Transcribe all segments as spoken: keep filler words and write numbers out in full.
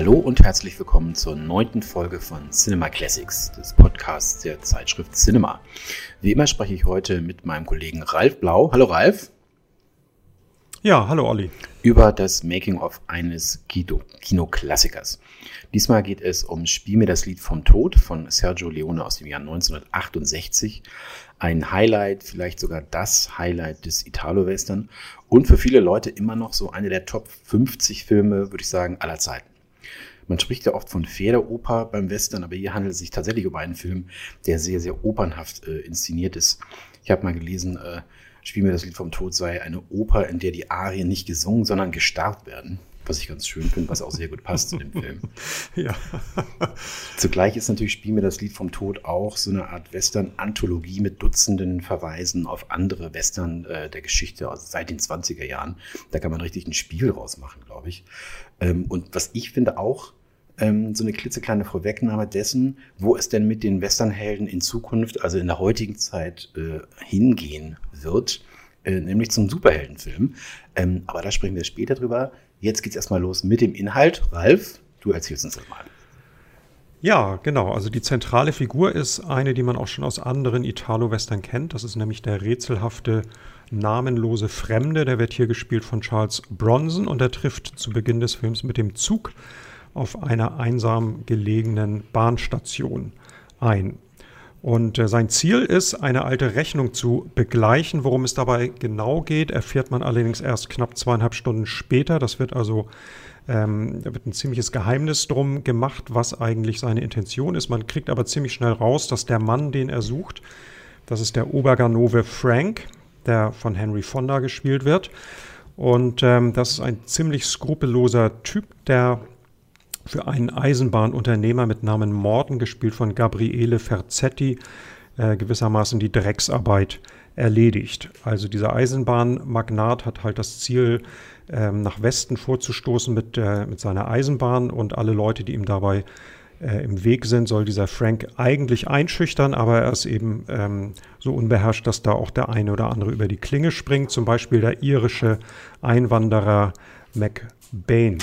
Hallo und herzlich willkommen zur neunten Folge von Cinema Classics, des Podcasts der Zeitschrift Cinema. Wie immer spreche ich heute mit meinem Kollegen Ralf Blau. Hallo Ralf. Ja, hallo Olli. Über das Making-of eines Kinoklassikers. Diesmal geht es um Spiel mir das Lied vom Tod von Sergio Leone aus dem Jahr neunzehnhundertachtundsechzig. Ein Highlight, vielleicht sogar das Highlight des Italo-Western und für viele Leute immer noch so eine der Top fünfzig Filme, würde ich sagen, aller Zeiten. Man spricht ja oft von Pferdeoper beim Western, aber hier handelt es sich tatsächlich um einen Film, der sehr, sehr opernhaft äh, inszeniert ist. Ich habe mal gelesen, äh, Spiel mir das Lied vom Tod sei eine Oper, in der die Arien nicht gesungen, sondern gestarrt werden. Was ich ganz schön finde, was auch sehr gut passt zu dem Film. Ja. Zugleich ist natürlich Spiel mir das Lied vom Tod auch so eine Art Western-Anthologie mit Dutzenden Verweisen auf andere Western äh, der Geschichte also seit den zwanziger Jahren. Da kann man richtig ein Spiel rausmachen, glaube ich. Ähm, und was ich finde auch ähm, so eine klitzekleine Vorwegnahme dessen, wo es denn mit den Westernhelden in Zukunft, also in der heutigen Zeit, äh, hingehen wird, äh, nämlich zum Superheldenfilm. Ähm, aber da sprechen wir später drüber. Jetzt geht's erstmal los mit dem Inhalt. Ralf, du erzählst uns das mal. Ja, genau. Also die zentrale Figur ist eine, die man auch schon aus anderen Italo-Western kennt. Das ist nämlich der rätselhafte, namenlose Fremde. Der wird hier gespielt von Charles Bronson und der trifft zu Beginn des Films mit dem Zug auf einer einsam gelegenen Bahnstation ein. Und äh, sein Ziel ist, eine alte Rechnung zu begleichen. Worum es dabei genau geht, erfährt man allerdings erst knapp zweieinhalb Stunden später. Das wird also, ähm, da wird ein ziemliches Geheimnis drum gemacht, was eigentlich seine Intention ist. Man kriegt aber ziemlich schnell raus, dass der Mann, den er sucht, das ist der Oberganove Frank, der von Henry Fonda gespielt wird. Und ähm, das ist ein ziemlich skrupelloser Typ, der für einen Eisenbahnunternehmer mit Namen Morton, gespielt von Gabriele Ferzetti, äh, gewissermaßen die Drecksarbeit erledigt. Also dieser Eisenbahnmagnat hat halt das Ziel, ähm, nach Westen vorzustoßen mit, äh, mit seiner Eisenbahn, und alle Leute, die ihm dabei äh, im Weg sind, soll dieser Frank eigentlich einschüchtern, aber er ist eben ähm, so unbeherrscht, dass da auch der eine oder andere über die Klinge springt, zum Beispiel der irische Einwanderer McBain.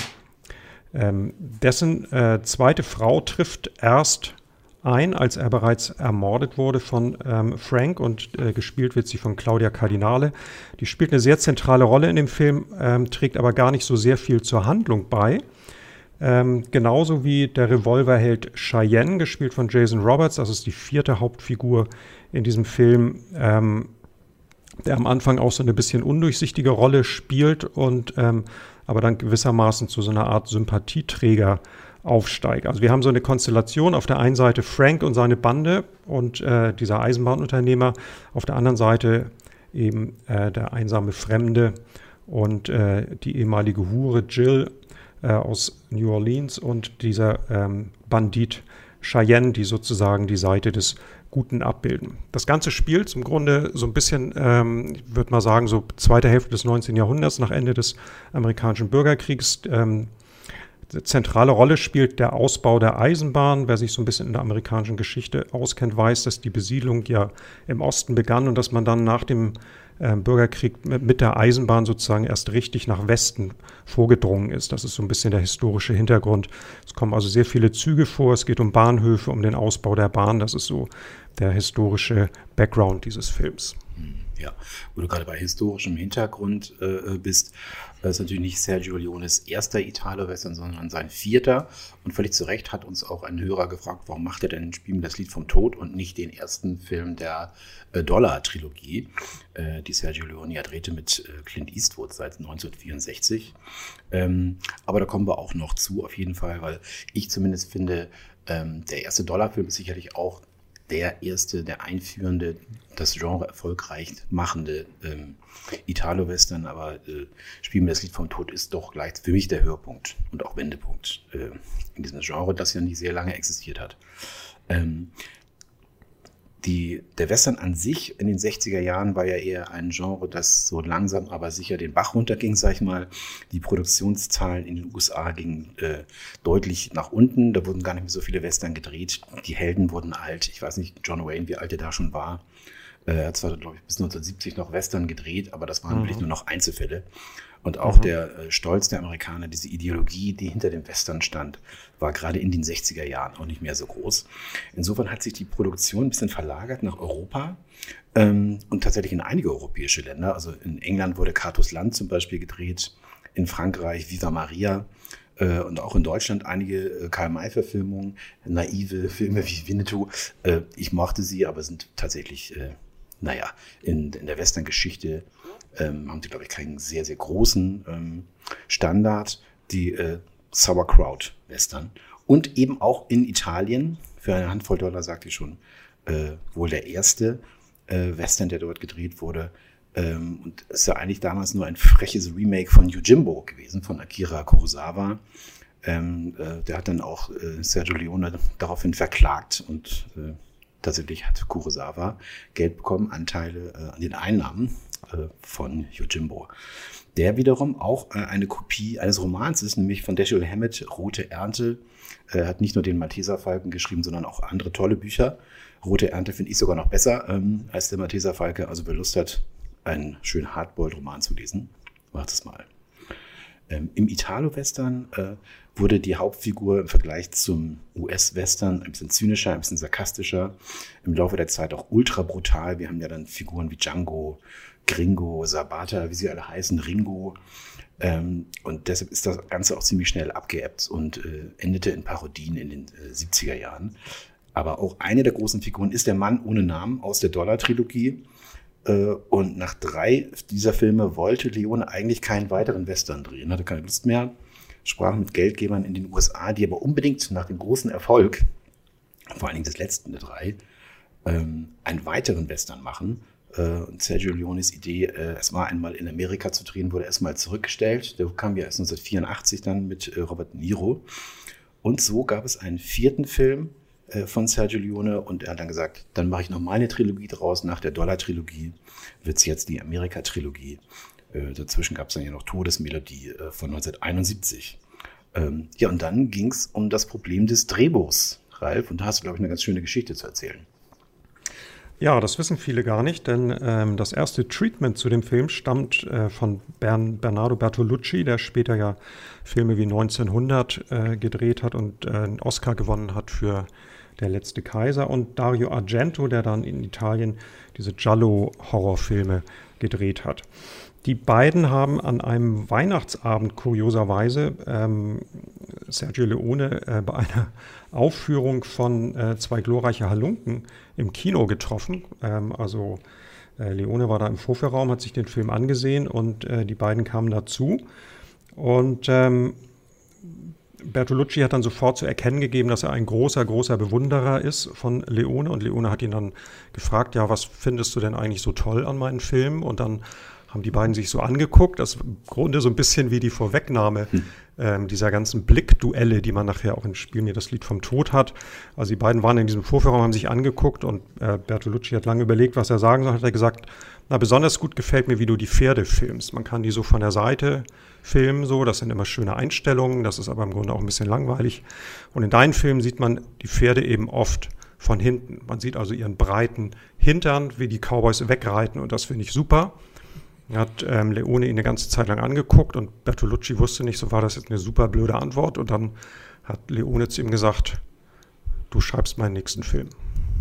Ähm, dessen äh, zweite Frau trifft erst ein, als er bereits ermordet wurde von ähm, Frank, und äh, gespielt wird sie von Claudia Cardinale. Die spielt eine sehr zentrale Rolle in dem Film, ähm, trägt aber gar nicht so sehr viel zur Handlung bei. Ähm, genauso wie der Revolverheld Cheyenne, gespielt von Jason Roberts, das ist die vierte Hauptfigur in diesem Film, ähm, der am Anfang auch so eine bisschen undurchsichtige Rolle spielt und ähm, aber dann gewissermaßen zu so einer Art Sympathieträger aufsteigt. Also wir haben so eine Konstellation, auf der einen Seite Frank und seine Bande und äh, dieser Eisenbahnunternehmer, auf der anderen Seite eben äh, der einsame Fremde und äh, die ehemalige Hure Jill äh, aus New Orleans und dieser ähm, Bandit Cheyenne, die sozusagen die Seite des Guten abbilden. Das Ganze spielt im Grunde so ein bisschen, ähm, ich würde mal sagen, so zweite Hälfte des neunzehnten Jahrhunderts, nach Ende des amerikanischen Bürgerkriegs. Ähm, eine zentrale Rolle spielt der Ausbau der Eisenbahn. Wer sich so ein bisschen in der amerikanischen Geschichte auskennt, weiß, dass die Besiedlung ja im Osten begann und dass man dann nach dem äh, Bürgerkrieg mit, mit der Eisenbahn sozusagen erst richtig nach Westen vorgedrungen ist. Das ist so ein bisschen der historische Hintergrund. Es kommen also sehr viele Züge vor. Es geht um Bahnhöfe, um den Ausbau der Bahn. Das ist so der historische Background dieses Films. Ja, wo du gerade bei historischem Hintergrund äh, bist, das ist natürlich nicht Sergio Leones erster Italo-Western, sondern sein vierter. Und völlig zu Recht hat uns auch ein Hörer gefragt, warum macht er denn Spiel mir das Lied vom Tod und nicht den ersten Film der äh, Dollar-Trilogie, äh, die Sergio Leone ja drehte mit äh, Clint Eastwood seit neunzehnhundertvierundsechzig. Ähm, aber da kommen wir auch noch zu, auf jeden Fall, weil ich zumindest finde, ähm, der erste Dollar-Film ist sicherlich auch der erste, der einführende, das Genre erfolgreich machende ähm, Italo-Western, aber äh, Spiel mir das Lied vom Tod ist doch gleich für mich der Höhepunkt und auch Wendepunkt äh, in diesem Genre, das ja nicht sehr lange existiert hat. Ähm, die, der Western an sich in den sechziger Jahren war ja eher ein Genre, das so langsam aber sicher den Bach runterging, sag ich mal. Die Produktionszahlen in den U S A gingen äh, deutlich nach unten. Da wurden gar nicht mehr so viele Western gedreht. Die Helden wurden alt. Ich weiß nicht, John Wayne, wie alt er da schon war. Äh, er hat zwar, glaube ich, bis neunzehnhundertsiebzig noch Western gedreht, aber das waren mhm. wirklich nur noch Einzelfälle. Und auch mhm. der äh, Stolz der Amerikaner, diese Ideologie, die hinter dem Western stand, war gerade in den sechziger Jahren auch nicht mehr so groß. Insofern hat sich die Produktion ein bisschen verlagert nach Europa ähm, und tatsächlich in einige europäische Länder. Also in England wurde Catos Land zum Beispiel gedreht, in Frankreich Viva Maria äh, und auch in Deutschland einige äh, Karl-May-Verfilmungen, naive Filme wie Winnetou. Äh, ich mochte sie, aber sind tatsächlich, äh, naja, in, in der Western-Geschichte Ähm, haben sie, glaube ich, keinen sehr, sehr großen ähm, Standard, die äh, Sauerkraut-Western. Und eben auch in Italien, für eine Handvoll Dollar, sagte ich schon, äh, wohl der erste äh, Western, der dort gedreht wurde. Ähm, und es ist ja eigentlich damals nur ein freches Remake von Yojimbo gewesen, von Akira Kurosawa. Ähm, äh, der hat dann auch äh, Sergio Leone daraufhin verklagt und äh, tatsächlich hat Kurosawa Geld bekommen, Anteile äh, an den Einnahmen von Yojimbo, der wiederum auch eine Kopie eines Romans ist, nämlich von Dashiell Hammett, Rote Ernte. Er hat nicht nur den Malteserfalken geschrieben, sondern auch andere tolle Bücher. Rote Ernte finde ich sogar noch besser ähm, als der Malteserfalke. Also wer Lust hat, einen schönen Hardboiled-Roman zu lesen, macht es mal. Ähm, Im Italo-Western äh, wurde die Hauptfigur im Vergleich zum U S-Western ein bisschen zynischer, ein bisschen sarkastischer, im Laufe der Zeit auch ultra brutal. Wir haben ja dann Figuren wie Django, Gringo, Sabata, wie sie alle heißen, Ringo. Ähm, und deshalb ist das Ganze auch ziemlich schnell abgeebbt und äh, endete in Parodien in den äh, siebziger Jahren. Aber auch eine der großen Figuren ist der Mann ohne Namen aus der Dollar-Trilogie. Äh, und nach drei dieser Filme wollte Leone eigentlich keinen weiteren Western drehen, hatte keine Lust mehr, sprach mit Geldgebern in den U S A, die aber unbedingt nach dem großen Erfolg, vor allen Dingen des letzten der drei, ähm, einen weiteren Western machen. Und Sergio Leones Idee, es war einmal in Amerika zu drehen, wurde erstmal zurückgestellt. Der kam ja erst neunzehnhundertvierundachtzig dann mit Robert De Niro. Und so gab es einen vierten Film von Sergio Leone und er hat dann gesagt, dann mache ich noch mal eine Trilogie draus. Nach der Dollar-Trilogie wird es jetzt die Amerika-Trilogie. Dazwischen gab es dann ja noch Todesmelodie von neunzehnhunderteinundsiebzig. Ja, und dann ging es um das Problem des Drehbuchs, Ralf. Und da hast du, glaube ich, eine ganz schöne Geschichte zu erzählen. Ja, das wissen viele gar nicht, denn ähm, das erste Treatment zu dem Film stammt äh, von Bern, Bernardo Bertolucci, der später ja Filme wie neunzehnhundert äh, gedreht hat und äh, einen Oscar gewonnen hat für Der letzte Kaiser, und Dario Argento, der dann in Italien diese Giallo-Horrorfilme gedreht hat. Die beiden haben an einem Weihnachtsabend kurioserweise ähm, Sergio Leone äh, bei einer Aufführung von äh, Zwei glorreiche Halunken im Kino getroffen. Ähm, also äh, Leone war da im Vorführraum, hat sich den Film angesehen und äh, die beiden kamen dazu. Und ähm, Bertolucci hat dann sofort zu erkennen gegeben, dass er ein großer, großer Bewunderer ist von Leone. Und Leone hat ihn dann gefragt, ja, was findest du denn eigentlich so toll an meinen Filmen? Und dann haben die beiden sich so angeguckt. Das ist im Grunde so ein bisschen wie die Vorwegnahme hm. ähm, dieser ganzen Blickduelle, die man nachher auch im Spiel mir das Lied vom Tod hat. Also die beiden waren in diesem Vorführraum, haben sich angeguckt und äh, Bertolucci hat lange überlegt, was er sagen soll. Hat er gesagt, na, besonders gut gefällt mir, wie du die Pferde filmst. Man kann die so von der Seite filmen, so. Das sind immer schöne Einstellungen. Das ist aber im Grunde auch ein bisschen langweilig. Und in deinen Filmen sieht man die Pferde eben oft von hinten. Man sieht also ihren breiten Hintern, wie die Cowboys wegreiten, und das finde ich super. Hat ähm, Leone ihn eine ganze Zeit lang angeguckt und Bertolucci wusste nicht, so war das jetzt eine super blöde Antwort. Und dann hat Leone zu ihm gesagt, du schreibst meinen nächsten Film.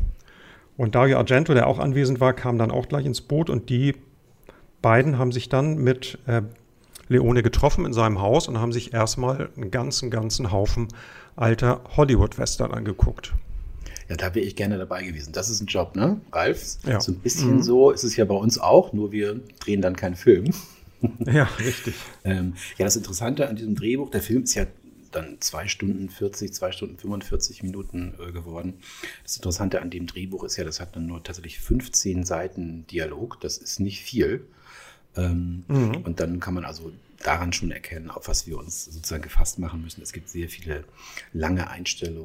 Und Dario Argento, der auch anwesend war, kam dann auch gleich ins Boot und die beiden haben sich dann mit äh, Leone getroffen in seinem Haus und haben sich erstmal einen ganzen, ganzen Haufen alter Hollywood-Western angeguckt. Ja, da wäre ich gerne dabei gewesen. Das ist ein Job, ne, Ralf? Ja. So ein bisschen mhm. so ist es ja bei uns auch, nur wir drehen dann keinen Film. Ja, richtig. ähm, ja, das Interessante an diesem Drehbuch, der Film ist ja dann zwei Stunden vierzig, zwei Stunden fünfundvierzig Minuten äh, geworden. Das Interessante an dem Drehbuch ist ja, das hat dann nur tatsächlich fünfzehn Seiten Dialog. Das ist nicht viel. Ähm, mhm. Und dann kann man also daran schon erkennen, auf was wir uns sozusagen gefasst machen müssen. Es gibt sehr viele lange Einstellungen,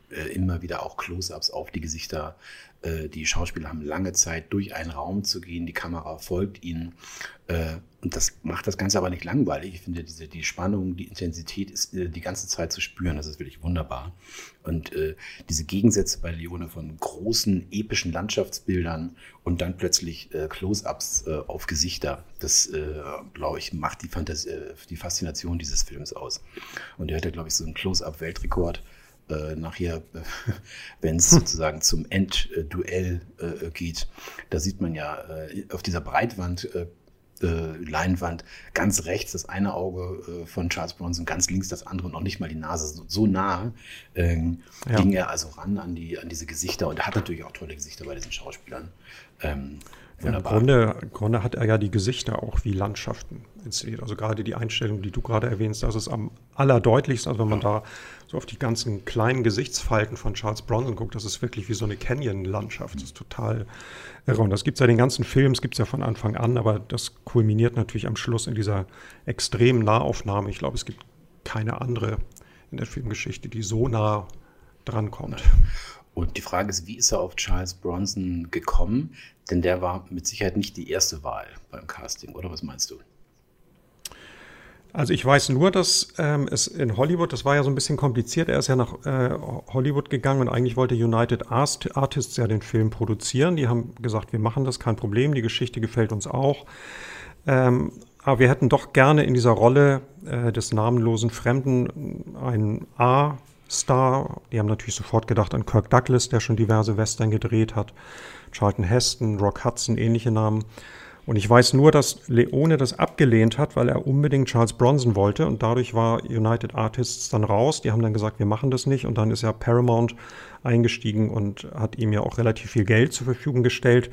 äh, immer wieder auch Close-ups auf die Gesichter. Äh, die Schauspieler haben lange Zeit, durch einen Raum zu gehen, die Kamera folgt ihnen. Äh, und das macht das Ganze aber nicht langweilig. Ich finde, diese, die Spannung, die Intensität ist äh, die ganze Zeit zu spüren. Das ist wirklich wunderbar. Und äh, diese Gegensätze bei Leone von großen, epischen Landschaftsbildern und dann plötzlich äh, Close-ups äh, auf Gesichter, das, äh, glaube ich, macht die, Fantasie, äh, die Faszination dieses Films aus. Und er hat ja, glaube ich, so einen Close-up-Weltrekord. Äh, nachher, äh, wenn es sozusagen zum Endduell äh, geht, da sieht man ja äh, auf dieser Breitwand, äh, äh, Leinwand, ganz rechts das eine Auge äh, von Charles Bronson, ganz links das andere und noch nicht mal die Nase. So, so nah äh, ja. ging er also ran an, die, an diese Gesichter, und er hat natürlich auch tolle Gesichter bei diesen Schauspielern. Ähm, Ja, im, Grunde, Im Grunde hat er ja die Gesichter auch wie Landschaften inszeniert. Also gerade die Einstellung, die du gerade erwähnst, das ist am allerdeutlichsten. Also wenn man da so auf die ganzen kleinen Gesichtsfalten von Charles Bronson guckt, das ist wirklich wie so eine Canyon-Landschaft. Das ist total irre. Und das gibt es ja den ganzen Film, es gibt es ja von Anfang an, aber das kulminiert natürlich am Schluss in dieser extremen Nahaufnahme. Ich glaube, es gibt keine andere in der Filmgeschichte, die so nah drankommt. Und die Frage ist, wie ist er auf Charles Bronson gekommen? Denn der war mit Sicherheit nicht die erste Wahl beim Casting, oder was meinst du? Also ich weiß nur, dass ähm, es in Hollywood, das war ja so ein bisschen kompliziert, er ist ja nach äh, Hollywood gegangen und eigentlich wollte United Artists ja den Film produzieren. Die haben gesagt, wir machen das, kein Problem, die Geschichte gefällt uns auch. Ähm, aber wir hätten doch gerne in dieser Rolle äh, des namenlosen Fremden einen A- Star. Die haben natürlich sofort gedacht an Kirk Douglas, der schon diverse Western gedreht hat, Charlton Heston, Rock Hudson, ähnliche Namen. Und ich weiß nur, dass Leone das abgelehnt hat, weil er unbedingt Charles Bronson wollte, und dadurch war United Artists dann raus. Die haben dann gesagt, wir machen das nicht, und dann ist ja Paramount eingestiegen und hat ihm ja auch relativ viel Geld zur Verfügung gestellt.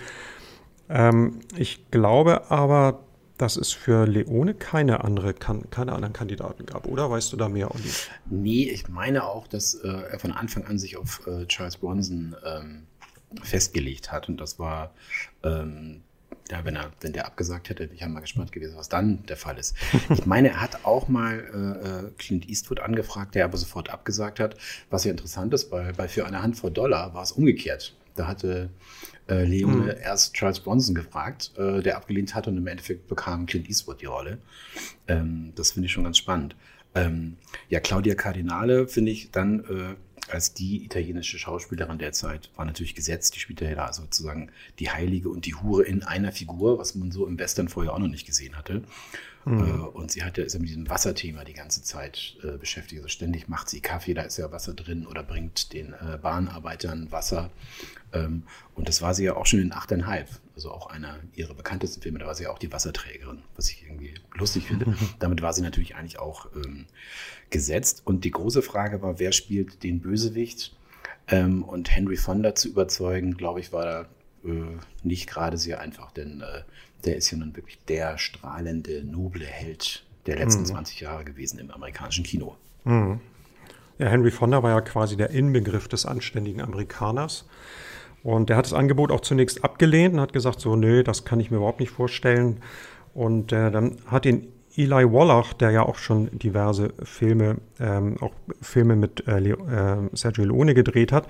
Ähm, ich glaube aber, dass es für Leone keine, andere, keine anderen Kandidaten gab, oder? Weißt du da mehr, Olli? Nee, ich meine auch, dass äh, er von Anfang an sich auf äh, Charles Bronson ähm, festgelegt hat. Und das war, ähm, ja, wenn er, wenn der abgesagt hätte, bin ich ja mal gespannt gewesen, was dann der Fall ist. Ich meine, er hat auch mal äh, Clint Eastwood angefragt, der aber sofort abgesagt hat. Was ja interessant ist, weil bei Für eine Handvoll Dollar war es umgekehrt. Da hatte äh, Leone hm. erst Charles Bronson gefragt, äh, der abgelehnt hat, und im Endeffekt bekam Clint Eastwood die Rolle. Ähm, das finde ich schon ganz spannend. Ähm, ja, Claudia Cardinale finde ich dann äh, als die italienische Schauspielerin der Zeit war natürlich gesetzt. Die spielte ja da sozusagen die Heilige und die Hure in einer Figur, was man so im Western vorher auch noch nicht gesehen hatte. Mhm. Äh, und sie hatte, ist ja mit diesem Wasserthema die ganze Zeit äh, beschäftigt. Also ständig macht sie Kaffee, da ist ja Wasser drin, oder bringt den äh, Bahnarbeitern Wasser. Ähm, und das war sie ja auch schon in achteinhalb. Also auch einer ihrer bekanntesten Filme, da war sie ja auch die Wasserträgerin, was ich irgendwie lustig finde. Mhm. Damit war sie natürlich eigentlich auch ähm, gesetzt. Und die große Frage war, wer spielt den Bösewicht? Ähm, und Henry Fonda zu überzeugen, glaube ich, war da äh, nicht gerade sehr einfach, denn äh, der ist ja nun wirklich der strahlende, noble Held der letzten mhm. zwanzig Jahre gewesen im amerikanischen Kino. Mhm. Ja, Henry Fonda war ja quasi der Inbegriff des anständigen Amerikaners. Und der hat das Angebot auch zunächst abgelehnt und hat gesagt, so, nö, das kann ich mir überhaupt nicht vorstellen. Und äh, dann hat ihn Eli Wallach, der ja auch schon diverse Filme, ähm, auch Filme mit äh, Leo, äh, Sergio Leone gedreht hat,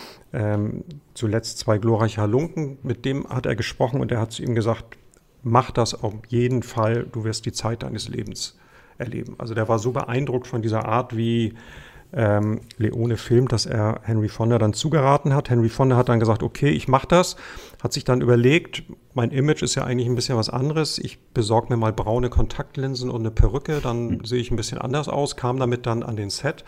ähm, zuletzt zwei glorreiche Halunken, mit dem hat er gesprochen, und er hat zu ihm gesagt, mach das auf jeden Fall, du wirst die Zeit deines Lebens erleben. Also der war so beeindruckt von dieser Art, wie ähm, Leone filmt, dass er Henry Fonda dann zugeraten hat. Henry Fonda hat dann gesagt, okay, ich mache das, hat sich dann überlegt, mein Image ist ja eigentlich ein bisschen was anderes, ich besorge mir mal braune Kontaktlinsen und eine Perücke, dann sehe ich ein bisschen anders aus, kam damit dann an den Set.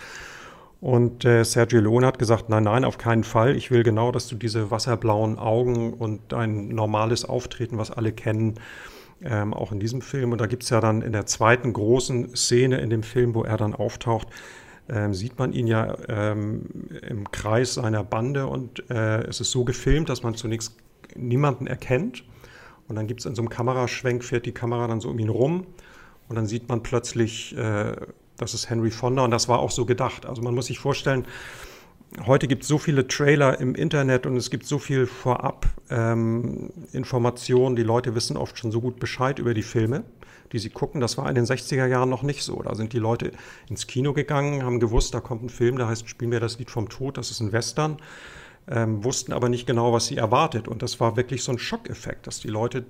Und äh, Sergio Leone hat gesagt, nein, nein, auf keinen Fall. Ich will genau, dass du diese wasserblauen Augen und dein normales Auftreten, was alle kennen, ähm, auch in diesem Film. Und da gibt es ja dann in der zweiten großen Szene in dem Film, wo er dann auftaucht, ähm, sieht man ihn ja ähm, im Kreis seiner Bande. Und äh, es ist so gefilmt, dass man zunächst niemanden erkennt. Und dann gibt es in so einem Kameraschwenk, fährt die Kamera dann so um ihn rum. Und dann sieht man plötzlich... Äh, Das ist Henry Fonda, und das war auch so gedacht. Also man muss sich vorstellen, heute gibt es so viele Trailer im Internet und es gibt so viel vorab ähm, Informationen. Die Leute wissen oft schon so gut Bescheid über die Filme, die sie gucken. Das war in den sechziger Jahren noch nicht so. Da sind die Leute ins Kino gegangen, haben gewusst, da kommt ein Film, der heißt Spielen wir das Lied vom Tod, das ist ein Western, ähm, wussten aber nicht genau, was sie erwartet. Und das war wirklich so ein Schockeffekt, dass die Leute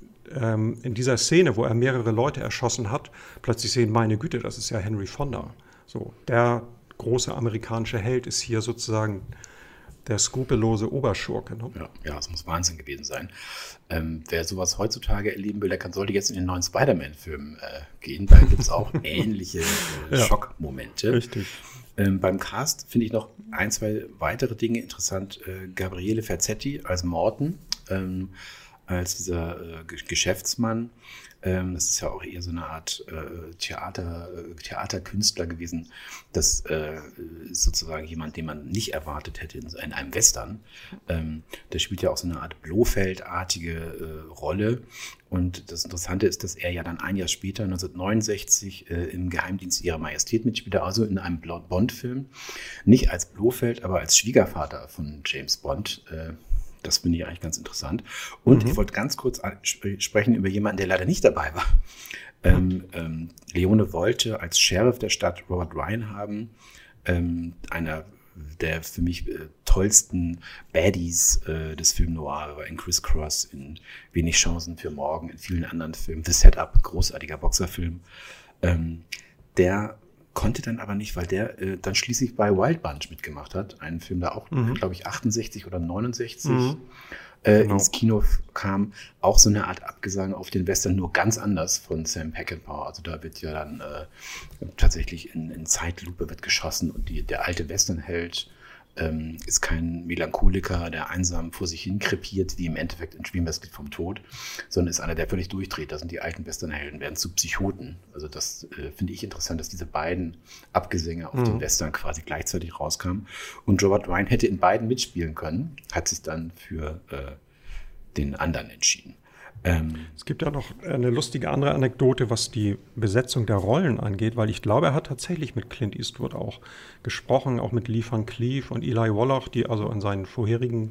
ähm, in dieser Szene, wo er mehrere Leute erschossen hat, plötzlich sehen, meine Güte, das ist ja Henry Fonda. So, der große amerikanische Held ist hier sozusagen der skrupellose Oberschurke. Ne? Ja, ja, das muss Wahnsinn gewesen sein. Ähm, wer sowas heutzutage erleben will, der kann, sollte jetzt in den neuen Spider-Man-Film äh, gehen. Da gibt es auch ähnliche äh, ja, Schockmomente. Richtig. Ähm, beim Cast finde ich noch ein, zwei weitere Dinge interessant. Äh, Gabriele Ferzetti als Morton, ähm, als dieser äh, Geschäftsmann. Ähm, das ist ja auch eher so eine Art äh, Theater, äh, Theaterkünstler gewesen. Das äh, ist sozusagen jemand, den man nicht erwartet hätte in, in einem Western. Ähm, der spielt ja auch so eine Art Blofeld-artige äh, Rolle. Und das Interessante ist, dass er ja dann ein Jahr später, neunzehnhundertneunundsechzig, äh, im Geheimdienst Ihrer Majestät mitspielte, also in einem Bond-Film. Nicht als Blofeld, aber als Schwiegervater von James Bond. Äh, Das finde ich eigentlich ganz interessant. Und mhm. ich wollte ganz kurz sp- sprechen über jemanden, der leider nicht dabei war. Ähm, ähm, Leone wollte als Sheriff der Stadt Robert Ryan haben, ähm, einer der für mich äh, tollsten Baddies äh, des Film Noir, war in Criss Cross, in Wenig Chancen für morgen, in vielen anderen Filmen. The Setup, großartiger Boxerfilm. Ähm, der konnte dann aber nicht, weil der äh, dann schließlich bei Wild Bunch mitgemacht hat. Einen Film, der auch, mhm. glaube ich, achtundsechzig oder neunundsechzig mhm. äh, genau. ins Kino kam. Auch so eine Art Abgesang auf den Western, nur ganz anders von Sam Peckinpah. Also da wird ja dann äh, tatsächlich in, in Zeitlupe wird geschossen und die, der alte Westernheld ähm, ist kein Melancholiker, der einsam vor sich hin krepiert, wie im Endeffekt in Spielen wir das Lied vom Tod, sondern ist einer, der völlig durchdreht. Das sind die alten Westernhelden, werden zu Psychoten. Also das äh, finde ich interessant, dass diese beiden Abgesänge auf mhm. den Western quasi gleichzeitig rauskamen. Und Robert Ryan hätte in beiden mitspielen können, hat sich dann für äh, den anderen entschieden. Ähm, es gibt ja noch eine lustige andere Anekdote, was die Besetzung der Rollen angeht, weil ich glaube, er hat tatsächlich mit Clint Eastwood auch gesprochen, auch mit Lee Van Cleef und Eli Wallach, die also in seinen vorherigen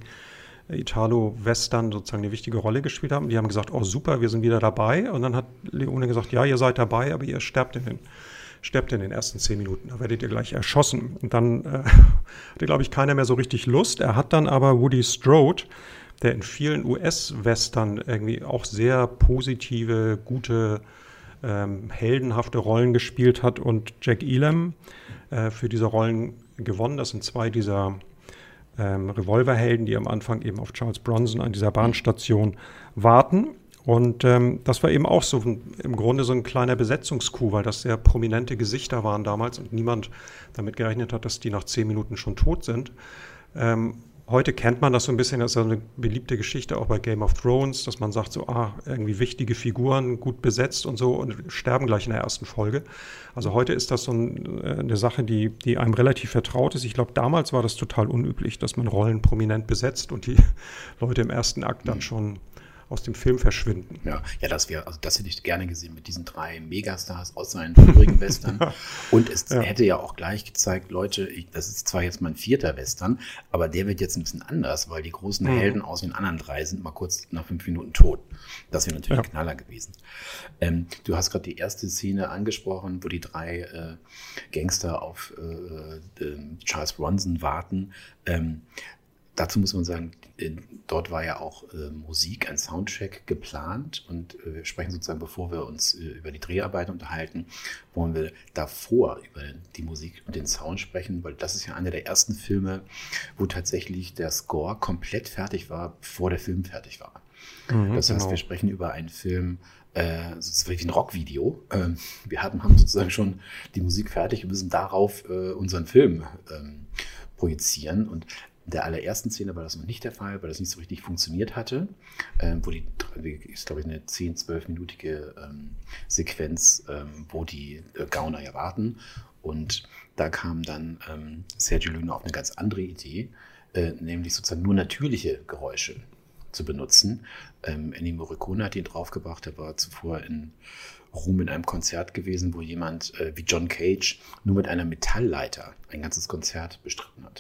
Italo-Western sozusagen eine wichtige Rolle gespielt haben. Die haben gesagt, oh super, wir sind wieder dabei. Und dann hat Leone gesagt, ja, ihr seid dabei, aber ihr sterbt in den, sterbt in den ersten zehn Minuten, da werdet ihr gleich erschossen. Und dann äh, hatte, glaube ich, keiner mehr so richtig Lust. Er hat dann aber Woody Strode, der in vielen U S-Western irgendwie auch sehr positive, gute, ähm, heldenhafte Rollen gespielt hat und Jack Elam äh, für diese Rollen gewonnen. Das sind zwei dieser ähm, Revolverhelden, die am Anfang eben auf Charles Bronson an dieser Bahnstation warten. Und ähm, das war eben auch so ein, im Grunde so ein kleiner Besetzungscoup, weil das sehr prominente Gesichter waren damals und niemand damit gerechnet hat, dass die nach zehn Minuten schon tot sind. Ähm, Heute kennt man das so ein bisschen, das ist eine beliebte Geschichte auch bei Game of Thrones, dass man sagt so, ah, irgendwie wichtige Figuren, gut besetzt und so und sterben gleich in der ersten Folge. Also heute ist das so ein, eine Sache, die, die einem relativ vertraut ist. Ich glaube, damals war das total unüblich, dass man Rollen prominent besetzt und die Leute im ersten Akt dann schon aus dem Film verschwinden. Ja, ja, das wäre, also das hätte ich gerne gesehen mit diesen drei Megastars aus seinen vorigen Western. Und es ja. hätte ja auch gleich gezeigt, Leute, ich, das ist zwar jetzt mein vierter Western, aber der wird jetzt ein bisschen anders, weil die großen mhm. Helden aus den anderen drei sind mal kurz nach fünf Minuten tot. Das wäre natürlich ja. ein Knaller gewesen. Ähm, du hast gerade die erste Szene angesprochen, wo die drei äh, Gangster auf äh, äh, Charles Bronson warten. Ähm, Dazu muss man sagen, dort war ja auch äh, Musik, ein Soundcheck geplant und äh, wir sprechen sozusagen, bevor wir uns äh, über die Dreharbeiten unterhalten, wollen wir davor über die Musik und den Sound sprechen, weil das ist ja einer der ersten Filme, wo tatsächlich der Score komplett fertig war, bevor der Film fertig war. Mhm, das heißt, genau. wir sprechen über einen Film, äh, das ist wie ein Rockvideo. Äh, wir hatten, haben sozusagen schon die Musik fertig und müssen darauf äh, unseren Film ähm, projizieren und in der allerersten Szene war das noch nicht der Fall, weil das nicht so richtig funktioniert hatte, ähm, wo die, ist glaube ich eine zehn-, zwölfminütige ähm, Sequenz, ähm, wo die äh, Gauner ja warten und da kam dann ähm, Sergio Leone auf eine ganz andere Idee, äh, nämlich sozusagen nur natürliche Geräusche zu benutzen. Ähm, Ennio Morricone hat ihn draufgebracht, er war zuvor in Rom in einem Konzert gewesen, wo jemand äh, wie John Cage nur mit einer Metallleiter ein ganzes Konzert bestritten hat.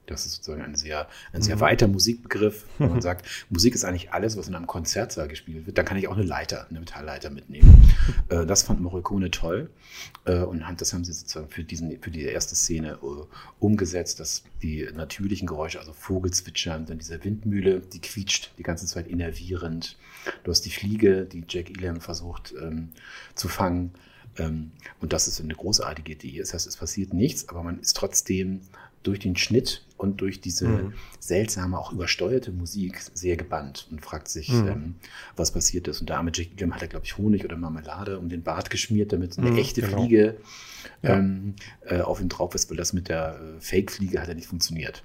Das ist sozusagen ein sehr, ein sehr weiter Musikbegriff, wo man sagt, Musik ist eigentlich alles, was in einem Konzertsaal gespielt wird. Dann kann ich auch eine Leiter, eine Metallleiter mitnehmen. äh, das fand Morricone toll. Äh, und das haben sie sozusagen für, diesen, für diese erste Szene uh, umgesetzt, dass die natürlichen Geräusche, also Vogelzwitschern, dann diese Windmühle, die quietscht die ganze Zeit innervierend. Du hast die Fliege, die Jack Elam versucht ähm, zu fangen. Ähm, und das ist eine großartige Idee. Das heißt, es passiert nichts, aber man ist trotzdem durch den Schnitt und durch diese mhm. seltsame, auch übersteuerte Musik sehr gebannt und fragt sich, mhm. ähm, was passiert ist. Und der arme Jack Elam hat er, glaube ich, Honig oder Marmelade um den Bart geschmiert, damit eine mhm, echte genau. Fliege ähm, ja. äh, auf ihn drauf ist, weil das mit der äh, Fake-Fliege hat ja nicht funktioniert.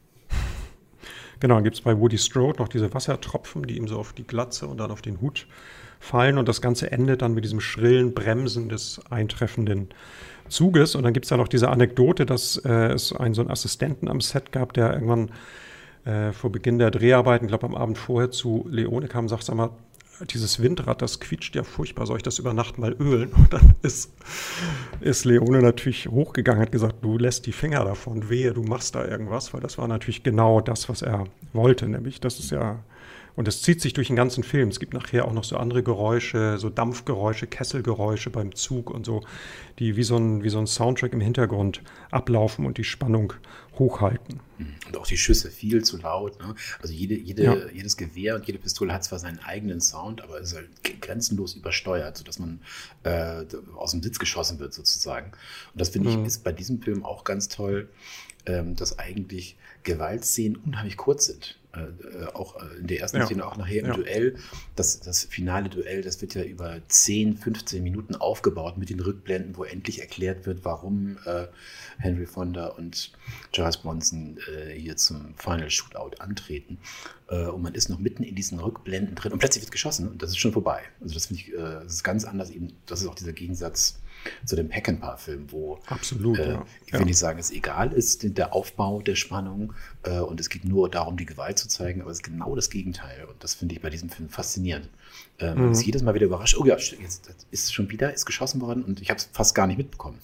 Genau, dann gibt es bei Woody Strode noch diese Wassertropfen, die ihm so auf die Glatze und dann auf den Hut fallen. Und das Ganze endet dann mit diesem schrillen Bremsen des eintreffenden Zuges. Und dann gibt es ja noch diese Anekdote, dass äh, es einen so einen Assistenten am Set gab, der irgendwann äh, vor Beginn der Dreharbeiten, ich glaube am Abend vorher zu Leone kam und sagt, sag mal, dieses Windrad, das quietscht ja furchtbar, soll ich das über Nacht mal ölen? Und dann ist, ist Leone natürlich hochgegangen, hat gesagt, du lässt die Finger davon, wehe, du machst da irgendwas, weil das war natürlich genau das, was er wollte, nämlich das ist ja, und das zieht sich durch den ganzen Film. Es gibt nachher auch noch so andere Geräusche, so Dampfgeräusche, Kesselgeräusche beim Zug und so, die wie so ein, wie so ein Soundtrack im Hintergrund ablaufen und die Spannung hochhalten. Und auch die Schüsse viel zu laut. Ne? Also jede, jede, ja. jedes Gewehr und jede Pistole hat zwar seinen eigenen Sound, aber es ist halt grenzenlos übersteuert, sodass man äh, aus dem Sitz geschossen wird sozusagen. Und das finde ich mhm. ist bei diesem Film auch ganz toll, ähm, dass eigentlich Gewaltszenen unheimlich kurz sind. Äh, auch in der ersten ja. Szene, auch nachher im ja. Duell. Das, das finale Duell, das wird ja über zehn, fünfzehn Minuten aufgebaut mit den Rückblenden, wo endlich erklärt wird, warum äh, Henry Fonda und Charles Bronson äh, hier zum Final Shootout antreten. Äh, und man ist noch mitten in diesen Rückblenden drin und plötzlich wird geschossen und das ist schon vorbei. Also das finde ich, äh, das ist ganz anders eben, das ist auch dieser Gegensatz zu dem Peckinpah-Film, wo Absolut, äh, ja. ich will ja. nicht sagen, es egal ist, der Aufbau der Spannung äh, und es geht nur darum, die Gewalt zu zeigen, aber es ist genau das Gegenteil und das finde ich bei diesem Film faszinierend. Äh, man mhm. ist jedes Mal wieder überrascht, oh ja, jetzt ist schon wieder, ist geschossen worden und ich habe es fast gar nicht mitbekommen.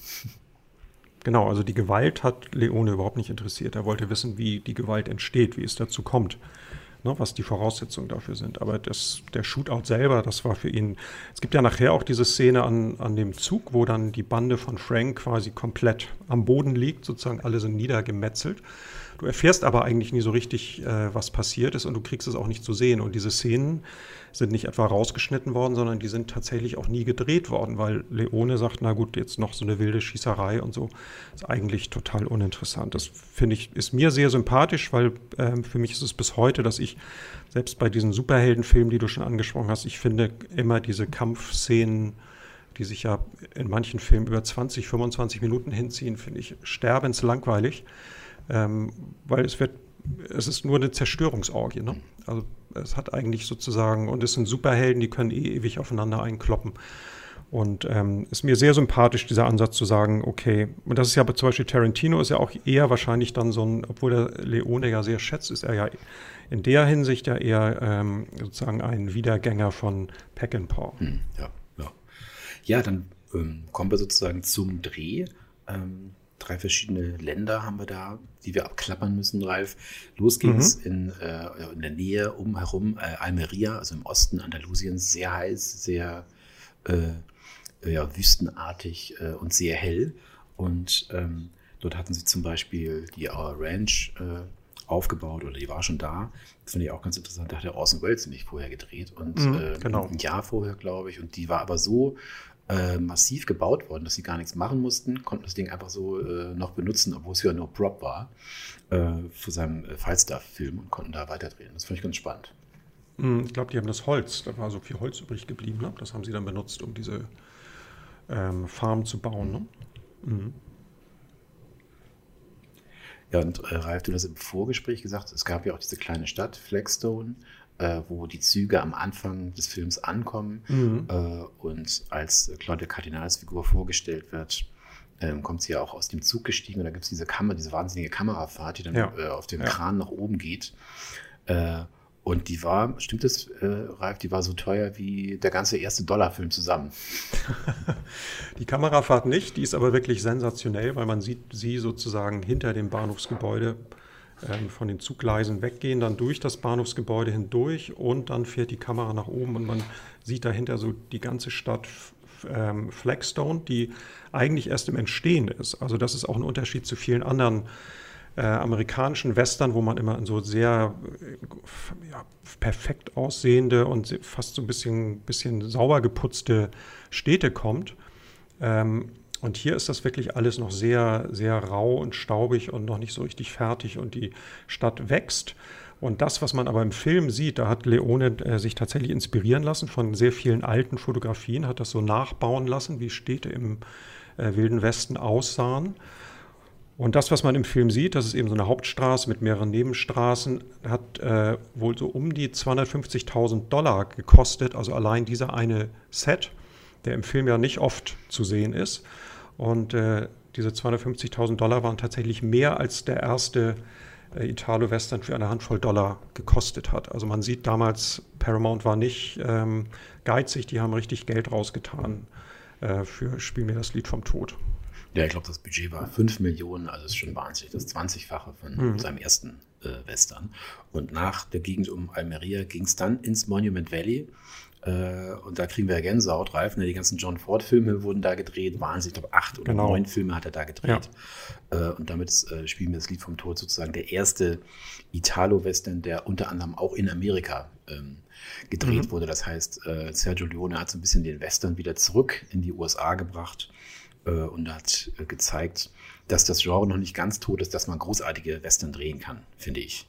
Genau, also die Gewalt hat Leone überhaupt nicht interessiert. Er wollte wissen, wie die Gewalt entsteht, wie es dazu kommt. Was die Voraussetzungen dafür sind. Aber das, der Shootout selber, das war für ihn, es gibt ja nachher auch diese Szene an, an dem Zug, wo dann die Bande von Frank quasi komplett am Boden liegt, sozusagen alle sind niedergemetzelt. Du erfährst aber eigentlich nie so richtig, äh, was passiert ist und du kriegst es auch nicht zu sehen. Und diese Szenen sind nicht etwa rausgeschnitten worden, sondern die sind tatsächlich auch nie gedreht worden, weil Leone sagt, na gut, jetzt noch so eine wilde Schießerei und so, ist eigentlich total uninteressant. Das finde ich, ist mir sehr sympathisch, weil äh, für mich ist es bis heute, dass ich, selbst bei diesen Superheldenfilmen, die du schon angesprochen hast, ich finde immer diese Kampfszenen, die sich ja in manchen Filmen über zwanzig, fünfundzwanzig Minuten hinziehen, finde ich sterbenslangweilig. Ähm, weil es wird, es ist nur eine Zerstörungsorgie, ne? Also es hat eigentlich sozusagen, und es sind Superhelden, die können eh ewig aufeinander einkloppen. Und ähm, ist mir sehr sympathisch, dieser Ansatz zu sagen, okay, und das ist ja zum Beispiel Tarantino, ist ja auch eher wahrscheinlich dann so ein, obwohl der Leone ja sehr schätzt, ist er ja in der Hinsicht ja eher ähm, sozusagen ein Wiedergänger von Peckinpah. Hm, ja, ja. Ja, dann ähm, kommen wir sozusagen zum Dreh. Ähm, Drei verschiedene Länder haben wir da, die wir abklappern müssen, Ralf. Los geht's mhm. in, äh, in der Nähe umherum, äh, Almeria, also im Osten Andalusiens, sehr heiß, sehr äh, ja, wüstenartig äh, und sehr hell. Und ähm, dort hatten sie zum Beispiel die Our Ranch äh, aufgebaut oder die war schon da. Das finde ich auch ganz interessant. Da hat der Orson Welles nämlich vorher gedreht und mhm, äh, genau. ein Jahr vorher, glaube ich. Und die war aber so Äh, massiv gebaut worden, dass sie gar nichts machen mussten, konnten das Ding einfach so äh, noch benutzen, obwohl es ja nur Prop war, äh, für seinen äh, Falstaff-Film und konnten da weiterdrehen. Das fand ich ganz spannend. Ich glaube, die haben das Holz, da war so viel Holz übrig geblieben, ne? Das haben sie dann benutzt, um diese ähm, Farm zu bauen. Ne? Mhm. Ja, und äh, Ralf, du hast im Vorgespräch gesagt, es gab ja auch diese kleine Stadt, Flagstone, Äh, wo die Züge am Anfang des Films ankommen mhm. äh, und als Claudia Cardinals Figur vorgestellt wird, ähm, kommt sie ja auch aus dem Zug gestiegen und da gibt es diese Kamera, diese wahnsinnige Kamerafahrt, die dann ja. äh, auf dem ja. Kran nach oben geht. Äh, und die war, stimmt das, äh, Ralf, die war so teuer wie der ganze erste Dollarfilm zusammen. Die Kamerafahrt nicht, die ist aber wirklich sensationell, weil man sieht sie sozusagen hinter dem Bahnhofsgebäude ähm, von den Zuggleisen weggehen, dann durch das Bahnhofsgebäude hindurch und dann fährt die Kamera nach oben und man sieht dahinter so die ganze Stadt ähm, Flagstone, die eigentlich erst im Entstehen ist. Also das ist auch ein Unterschied zu vielen anderen äh, amerikanischen Western, wo man immer in so sehr äh, ja, perfekt aussehende und fast so ein bisschen, bisschen sauber geputzte Städte kommt. Ähm, und hier ist das wirklich alles noch sehr, sehr rau und staubig und noch nicht so richtig fertig und die Stadt wächst. Und das, was man aber im Film sieht, da hat Leone äh, sich tatsächlich inspirieren lassen von sehr vielen alten Fotografien, hat das so nachbauen lassen, wie Städte im äh, Wilden Westen aussahen. Und das, was man im Film sieht, das ist eben so eine Hauptstraße mit mehreren Nebenstraßen, hat äh, wohl so um die zweihundertfünfzigtausend Dollar gekostet, also allein dieser eine Set, der im Film ja nicht oft zu sehen ist. Und äh, diese zweihundertfünfzigtausend Dollar waren tatsächlich mehr als der erste äh, Italo-Western für eine Handvoll Dollar gekostet hat. Also man sieht damals, Paramount war nicht ähm, geizig, die haben richtig Geld rausgetan äh, für Spiel mir das Lied vom Tod. Ja, ich glaube, das Budget war fünf Millionen, also ist schon wahnsinnig, das zwanzigfache von mhm. seinem ersten äh, Western. Und nach der Gegend um Almeria ging es dann ins Monument Valley. Äh, und da kriegen wir ja Gänsehaut, Ralf, ne? Die ganzen John Ford-Filme wurden da gedreht, wahnsinnig, ich glaube, acht oder genau. neun Filme hat er da gedreht. Ja. Äh, und damit ist äh, Spiel mir das Lied vom Tod sozusagen der erste Italo-Western, der unter anderem auch in Amerika ähm, gedreht mhm. wurde. Das heißt, äh, Sergio Leone hat so ein bisschen den Western wieder zurück in die U S A gebracht. Und hat gezeigt, dass das Genre noch nicht ganz tot ist, dass man großartige Western drehen kann, finde ich.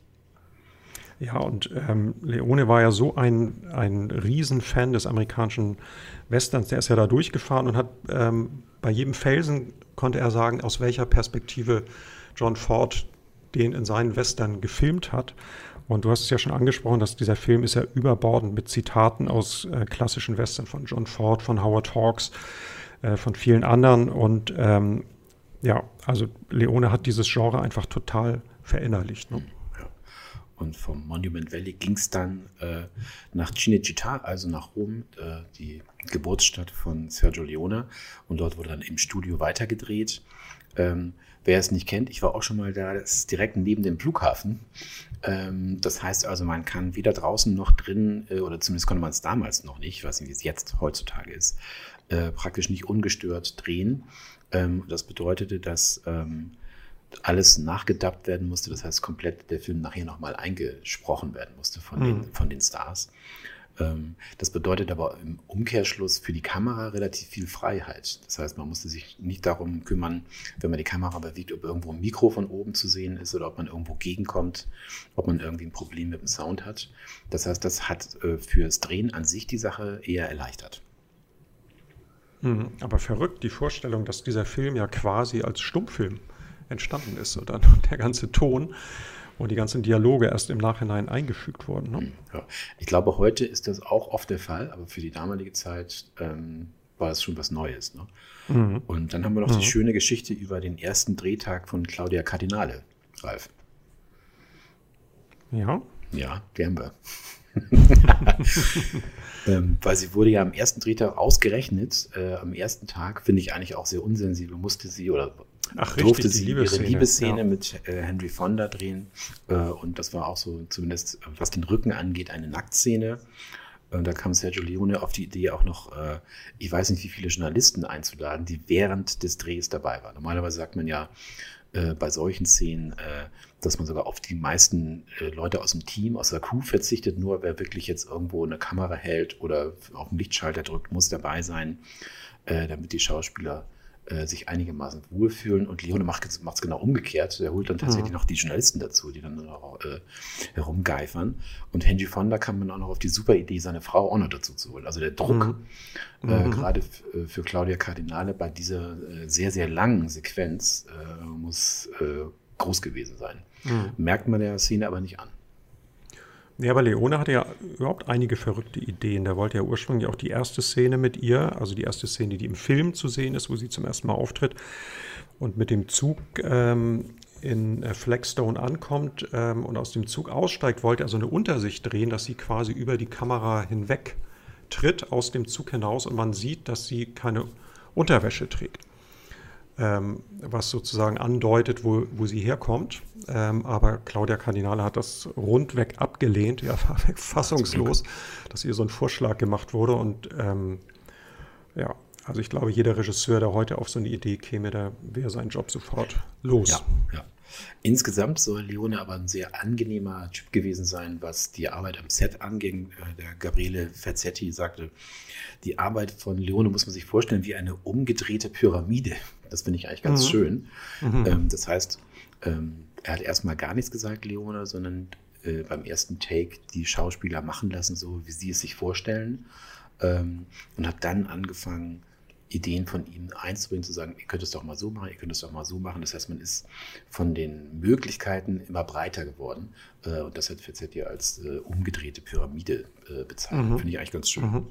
Ja, und ähm, Leone war ja so ein, ein Riesenfan des amerikanischen Westerns, der ist ja da durchgefahren und hat ähm, bei jedem Felsen, konnte er sagen, aus welcher Perspektive John Ford den in seinen Western gefilmt hat. Und du hast es ja schon angesprochen, dass dieser Film ist ja überbordend mit Zitaten aus äh, klassischen Western von John Ford, von Howard Hawks, von vielen anderen und ähm, ja, also Leone hat dieses Genre einfach total verinnerlicht. Ne? Ja. Und vom Monument Valley ging es dann äh, nach Cinecittà, also nach Rom, äh, die Geburtsstadt von Sergio Leone, und dort wurde dann im Studio weitergedreht. Ähm, wer es nicht kennt, ich war auch schon mal da, das ist direkt neben dem Flughafen. Ähm, das heißt also, man kann weder draußen noch drin, äh, oder zumindest konnte man es damals noch nicht, ich weiß nicht, wie es jetzt heutzutage ist, Äh, praktisch nicht ungestört drehen. Ähm, das bedeutete, dass ähm, alles nachgedubbt werden musste. Das heißt, komplett der Film nachher nochmal eingesprochen werden musste von, mhm. den, von den Stars. Ähm, das bedeutet aber im Umkehrschluss für die Kamera relativ viel Freiheit. Das heißt, man musste sich nicht darum kümmern, wenn man die Kamera bewegt, ob irgendwo ein Mikro von oben zu sehen ist oder ob man irgendwo gegenkommt, ob man irgendwie ein Problem mit dem Sound hat. Das heißt, das hat äh, fürs Drehen an sich die Sache eher erleichtert. Aber verrückt, die Vorstellung, dass dieser Film ja quasi als Stummfilm entstanden ist und dann der ganze Ton und die ganzen Dialoge erst im Nachhinein eingefügt wurden. Ne? Ja. Ich glaube, heute ist das auch oft der Fall, aber für die damalige Zeit ähm, war es schon was Neues. Ne? Mhm. Und dann haben wir noch mhm. die schöne Geschichte über den ersten Drehtag von Claudia Cardinale, Ralf. Ja? Ja, gern wir. ähm, weil sie wurde ja am ersten Drehtag ausgerechnet, äh, am ersten Tag, finde ich eigentlich auch sehr unsensibel, musste sie oder Ach, durfte richtig, sie Liebesszene. ihre Liebesszene ja. mit äh, Henry Fonda drehen äh, und das war auch so, zumindest was den Rücken angeht, eine Nacktszene. Und da kam Sergio Leone auf die Idee auch noch, äh, ich weiß nicht, wie viele Journalisten einzuladen, die während des Drehs dabei waren. Normalerweise sagt man ja äh, bei solchen Szenen, äh, dass man sogar auf die meisten äh, Leute aus dem Team, aus der Crew verzichtet. Nur wer wirklich jetzt irgendwo eine Kamera hält oder auf den Lichtschalter drückt, muss dabei sein, äh, damit die Schauspieler äh, sich einigermaßen wohlfühlen. Und Leone macht es genau umgekehrt. Er holt dann tatsächlich mhm. noch die Journalisten dazu, die dann auch äh, herumgeifern. Und Henry Fonda kam dann auch noch auf die super Idee, seine Frau auch noch dazu zu holen. Also der Druck, mhm. äh, mhm. gerade f- für Claudia Cardinale bei dieser äh, sehr, sehr langen Sequenz äh, muss äh, groß gewesen sein. Mhm. Merkt man der Szene aber nicht an. Ja, aber Leone hatte ja überhaupt einige verrückte Ideen. Der wollte ja ursprünglich auch die erste Szene mit ihr, also die erste Szene, die im Film zu sehen ist, wo sie zum ersten Mal auftritt und mit dem Zug ähm, in äh, Flagstone ankommt ähm, und aus dem Zug aussteigt, wollte er so eine Untersicht drehen, dass sie quasi über die Kamera hinweg tritt aus dem Zug hinaus und man sieht, dass sie keine Unterwäsche trägt. ähm, was sozusagen andeutet, wo, wo sie herkommt. Ähm, aber Claudia Cardinale hat das rundweg abgelehnt, ja, war fassungslos, dass ihr so ein Vorschlag gemacht wurde. Und ähm, ja, also ich glaube, jeder Regisseur, der heute auf so eine Idee käme, der wäre seinen Job sofort los. Ja, ja. Insgesamt soll Leone aber ein sehr angenehmer Typ gewesen sein, was die Arbeit am Set anging. Der Gabriele Ferzetti sagte, die Arbeit von Leone muss man sich vorstellen wie eine umgedrehte Pyramide. Das finde ich eigentlich ganz mhm. schön. Mhm. Das heißt, er hat erstmal gar nichts gesagt, Leone, sondern beim ersten Take die Schauspieler machen lassen, so wie sie es sich vorstellen. Und hat dann angefangen, Ideen von ihm einzubringen, zu sagen, ihr könnt es doch mal so machen, ihr könnt es doch mal so machen. Das heißt, man ist von den Möglichkeiten immer breiter geworden. Äh, und das hat Ferzetti als äh, umgedrehte Pyramide äh, bezeichnet. Mhm. Finde ich eigentlich ganz schön. Mhm.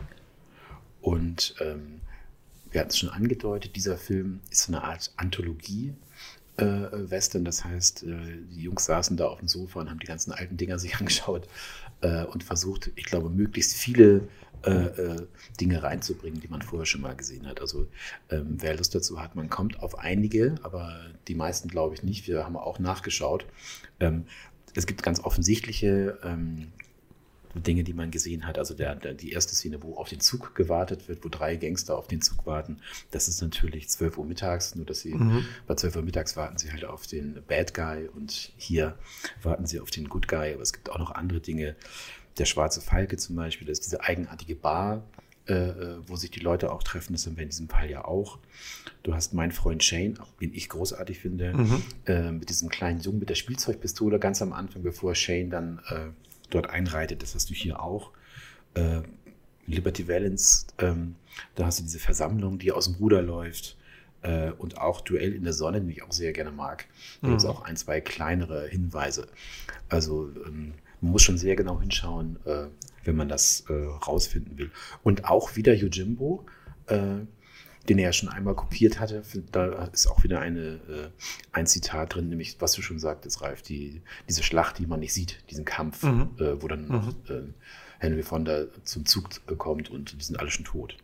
Und ähm, wir hatten es schon angedeutet, dieser Film ist so eine Art Anthologie-Western. Äh, das heißt, äh, die Jungs saßen da auf dem Sofa und haben die ganzen alten Dinger sich angeschaut äh, und versucht, ich glaube, möglichst viele Äh, Dinge reinzubringen, die man vorher schon mal gesehen hat. Also ähm, wer Lust dazu hat, man kommt auf einige, aber die meisten glaube ich nicht. Wir haben auch nachgeschaut. Ähm, es gibt ganz offensichtliche ähm, Dinge, die man gesehen hat. Also der, der, die erste Szene, wo auf den Zug gewartet wird, wo drei Gangster auf den Zug warten, das ist natürlich zwölf Uhr mittags, nur dass sie mhm. bei zwölf Uhr mittags warten sie halt auf den Bad Guy und hier warten sie auf den Good Guy. Aber es gibt auch noch andere Dinge. Der Schwarze Falke zum Beispiel, das ist diese eigenartige Bar, äh, wo sich die Leute auch treffen. Das haben wir in diesem Fall ja auch. Du hast meinen Freund Shane, den ich großartig finde, mhm. äh, mit diesem kleinen Jungen mit der Spielzeugpistole ganz am Anfang, bevor Shane dann äh, dort einreitet. Das hast du hier auch. Äh, Liberty Valance, ähm, da hast du diese Versammlung, die aus dem Ruder läuft. Äh, und auch Duell in der Sonne, den ich auch sehr gerne mag. Da mhm. gibt es auch ein, zwei kleinere Hinweise. Also ähm, man muss schon sehr genau hinschauen, äh, wenn man das äh, rausfinden will. Und auch wieder Yojimbo, äh, den er ja schon einmal kopiert hatte. Da ist auch wieder eine, äh, ein Zitat drin, nämlich, was du schon sagtest, Ralf, die, diese Schlacht, die man nicht sieht, diesen Kampf, mhm. äh, wo dann noch mhm. äh, Henry Fonda zum Zug kommt und die sind alle schon tot.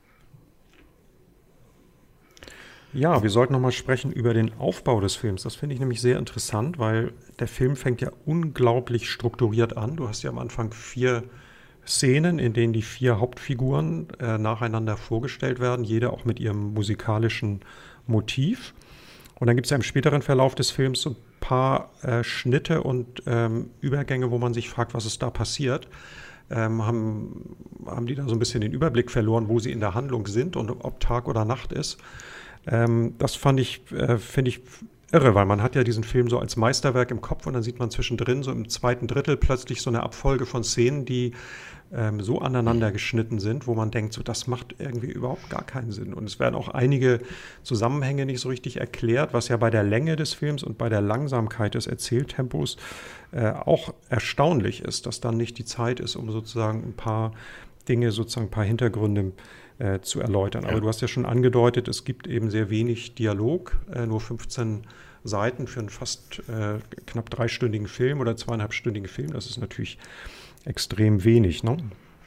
Ja, wir sollten nochmal sprechen über den Aufbau des Films. Das finde ich nämlich sehr interessant, weil der Film fängt ja unglaublich strukturiert an. Du hast ja am Anfang vier Szenen, in denen die vier Hauptfiguren äh, nacheinander vorgestellt werden, jede auch mit ihrem musikalischen Motiv. Und dann gibt es ja im späteren Verlauf des Films so ein paar äh, Schnitte und ähm, Übergänge, wo man sich fragt, was ist da passiert. Ähm, haben, haben die da so ein bisschen den Überblick verloren, wo sie in der Handlung sind und ob Tag oder Nacht ist. Ähm, das fand ich, äh, finde ich irre, weil man hat ja diesen Film so als Meisterwerk im Kopf und dann sieht man zwischendrin so im zweiten Drittel plötzlich so eine Abfolge von Szenen, die ähm, so aneinander geschnitten sind, wo man denkt, so das macht irgendwie überhaupt gar keinen Sinn. Und es werden auch einige Zusammenhänge nicht so richtig erklärt, was ja bei der Länge des Films und bei der Langsamkeit des Erzähltempos äh, auch erstaunlich ist, dass dann nicht die Zeit ist, um sozusagen ein paar Dinge, sozusagen ein paar Hintergründe Äh, zu erläutern. Aber ja. Du hast ja schon angedeutet, es gibt eben sehr wenig Dialog, äh, nur fünfzehn Seiten für einen fast äh, knapp dreistündigen Film oder zweieinhalbstündigen Film. Das ist natürlich extrem wenig, ne?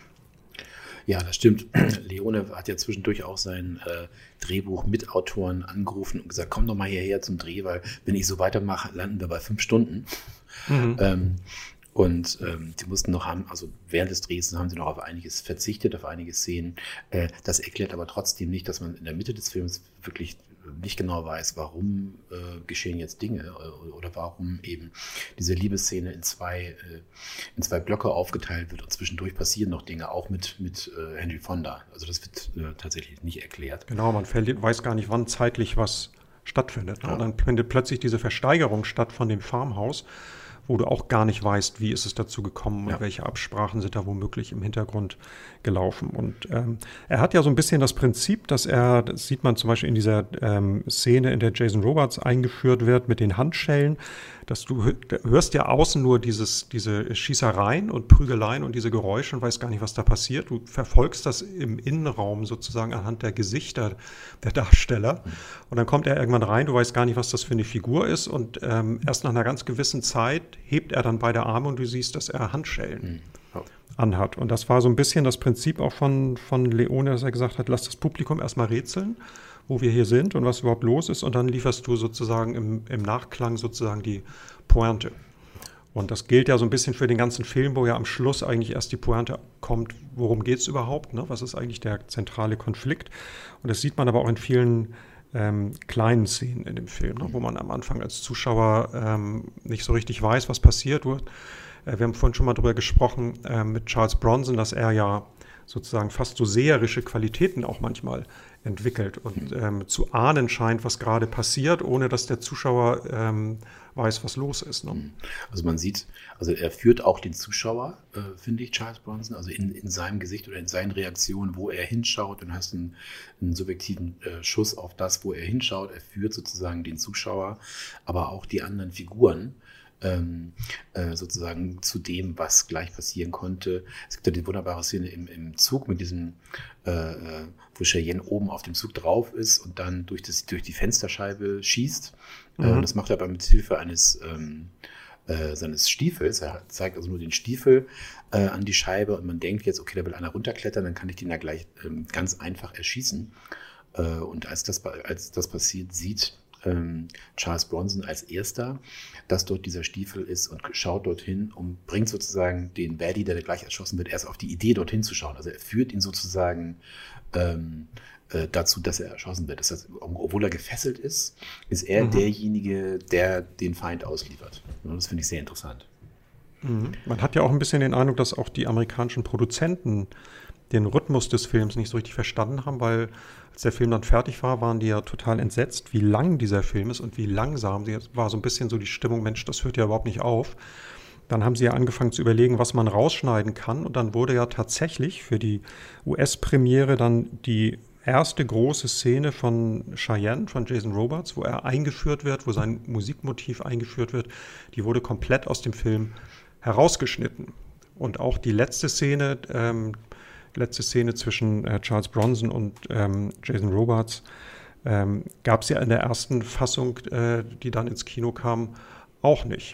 Ja, das stimmt. Leone hat ja zwischendurch auch seinen äh, Drehbuch-Mitautoren angerufen und gesagt, komm doch mal hierher zum Dreh, weil wenn ich so weitermache, landen wir bei fünf Stunden. Mhm. Ähm, Und ähm, die mussten noch haben, also während des Drehs haben sie noch auf einiges verzichtet, auf einige Szenen. Äh, das erklärt aber trotzdem nicht, dass man in der Mitte des Films wirklich nicht genau weiß, warum äh, geschehen jetzt Dinge äh, oder warum eben diese Liebesszene in zwei, äh, in zwei Blöcke aufgeteilt wird und zwischendurch passieren noch Dinge, auch mit, mit äh, Henry Fonda. Also das wird äh, tatsächlich nicht erklärt. Genau, man verliert, weiß gar nicht, wann zeitlich was stattfindet. Ne? Ja. Und dann findet plötzlich diese Versteigerung statt von dem Farmhaus, wo du auch gar nicht weißt, wie ist es dazu gekommen und ja. welche Absprachen sind da womöglich im Hintergrund gelaufen. Und ähm, er hat ja so ein bisschen das Prinzip, dass er, das sieht man zum Beispiel in dieser ähm, Szene, in der Jason Robards eingeführt wird mit den Handschellen, dass du hörst ja außen nur dieses, diese Schießereien und Prügeleien und diese Geräusche und weißt gar nicht, was da passiert. Du verfolgst das im Innenraum sozusagen anhand der Gesichter der Darsteller. Und dann kommt er irgendwann rein, du weißt gar nicht, was das für eine Figur ist. Und ähm, erst nach einer ganz gewissen Zeit hebt er dann beide Arme und du siehst, dass er Handschellen mhm. anhat. Und das war so ein bisschen das Prinzip auch von, von Leone, dass er gesagt hat, lass das Publikum erstmal rätseln. wo wir hier sind und was überhaupt los ist und dann lieferst du sozusagen im, im Nachklang sozusagen die Pointe. Und das gilt ja so ein bisschen für den ganzen Film, wo ja am Schluss eigentlich erst die Pointe kommt, worum geht es überhaupt, ne? Was ist eigentlich der zentrale Konflikt. Und das sieht man aber auch in vielen ähm, kleinen Szenen in dem Film, ne? Wo man am Anfang als Zuschauer ähm, nicht so richtig weiß, was passiert wird. Äh, wir haben vorhin schon mal darüber gesprochen äh, mit Charles Bronson, dass er ja sozusagen fast so seherische Qualitäten auch manchmal entwickelt und ähm, zu ahnen scheint, was gerade passiert, ohne dass der Zuschauer ähm, weiß, was los ist. Ne? Also man sieht, also er führt auch den Zuschauer, äh, finde ich, Charles Bronson, also in, in seinem Gesicht oder in seinen Reaktionen, wo er hinschaut und hast einen, einen subjektiven äh, Schuss auf das, wo er hinschaut. Er führt sozusagen den Zuschauer, aber auch die anderen Figuren Ähm, äh, sozusagen zu dem, was gleich passieren konnte. Es gibt ja die wunderbare Szene im, im Zug mit diesem, äh, wo Cheyenne oben auf dem Zug drauf ist und dann durch, das, durch die Fensterscheibe schießt. Mhm. Äh, das macht er aber mit Hilfe eines ähm, äh, seines Stiefels. Er zeigt also nur den Stiefel äh, an die Scheibe und man denkt jetzt, okay, da will einer runterklettern, dann kann ich den da gleich ähm, ganz einfach erschießen. Äh, und als das, als das passiert, sieht ähm, Charles Bronson als erster, dass dort dieser Stiefel ist und schaut dorthin und bringt sozusagen den Baddie, der gleich erschossen wird, erst auf die Idee, dorthin zu schauen. Also er führt ihn sozusagen ähm, äh, dazu, dass er erschossen wird. Das heißt, obwohl er gefesselt ist, ist er mhm. derjenige, der den Feind ausliefert. Und das finde ich sehr interessant. Mhm. Man hat ja auch ein bisschen den Eindruck, dass auch die amerikanischen Produzenten den Rhythmus des Films nicht so richtig verstanden haben, weil als der Film dann fertig war, waren die ja total entsetzt, wie lang dieser Film ist und wie langsam. Es war so ein bisschen so die Stimmung, Mensch, das hört ja überhaupt nicht auf. Dann haben sie ja angefangen zu überlegen, was man rausschneiden kann. Und dann wurde ja tatsächlich für die U S-Premiere dann die erste große Szene von Cheyenne, von Jason Robards, wo er eingeführt wird, wo sein Musikmotiv eingeführt wird, die wurde komplett aus dem Film herausgeschnitten. Und auch die letzte Szene, ähm, letzte Szene zwischen äh, Charles Bronson und ähm, Jason Robards ähm, gab es ja in der ersten Fassung, äh, die dann ins Kino kam, auch nicht.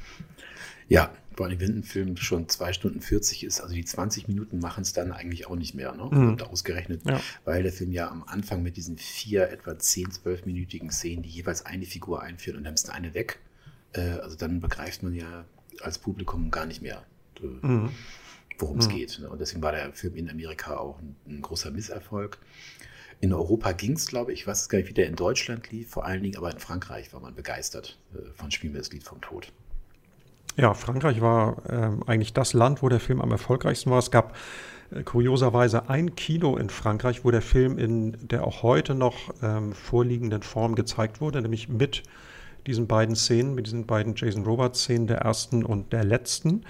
Ja, vor allem wenn ein Film schon zwei Stunden vierzig ist, also die zwanzig Minuten machen es dann eigentlich auch nicht mehr, ne? Mhm. Ausgerechnet, ja. Weil der Film ja am Anfang mit diesen vier etwa zehn, zwölfminütigen Szenen, die jeweils eine Figur einführen und dann ist eine weg. Äh, also dann begreift man ja als Publikum gar nicht mehr, äh, mhm. worum es mhm. geht. Ne? Und deswegen war der Film in Amerika auch ein, ein großer Misserfolg. In Europa ging es, glaube ich, ich weiß es gar nicht, wie der in Deutschland lief, vor allen Dingen, aber in Frankreich war man begeistert äh, von Spiel mir das Lied vom Tod. Ja, Frankreich war ähm, eigentlich das Land, wo der Film am erfolgreichsten war. Es gab äh, kurioserweise ein Kino in Frankreich, wo der Film in der auch heute noch ähm, vorliegenden Form gezeigt wurde, nämlich mit diesen beiden Szenen, mit diesen beiden Jason Robards-Szenen, der ersten und der letzten.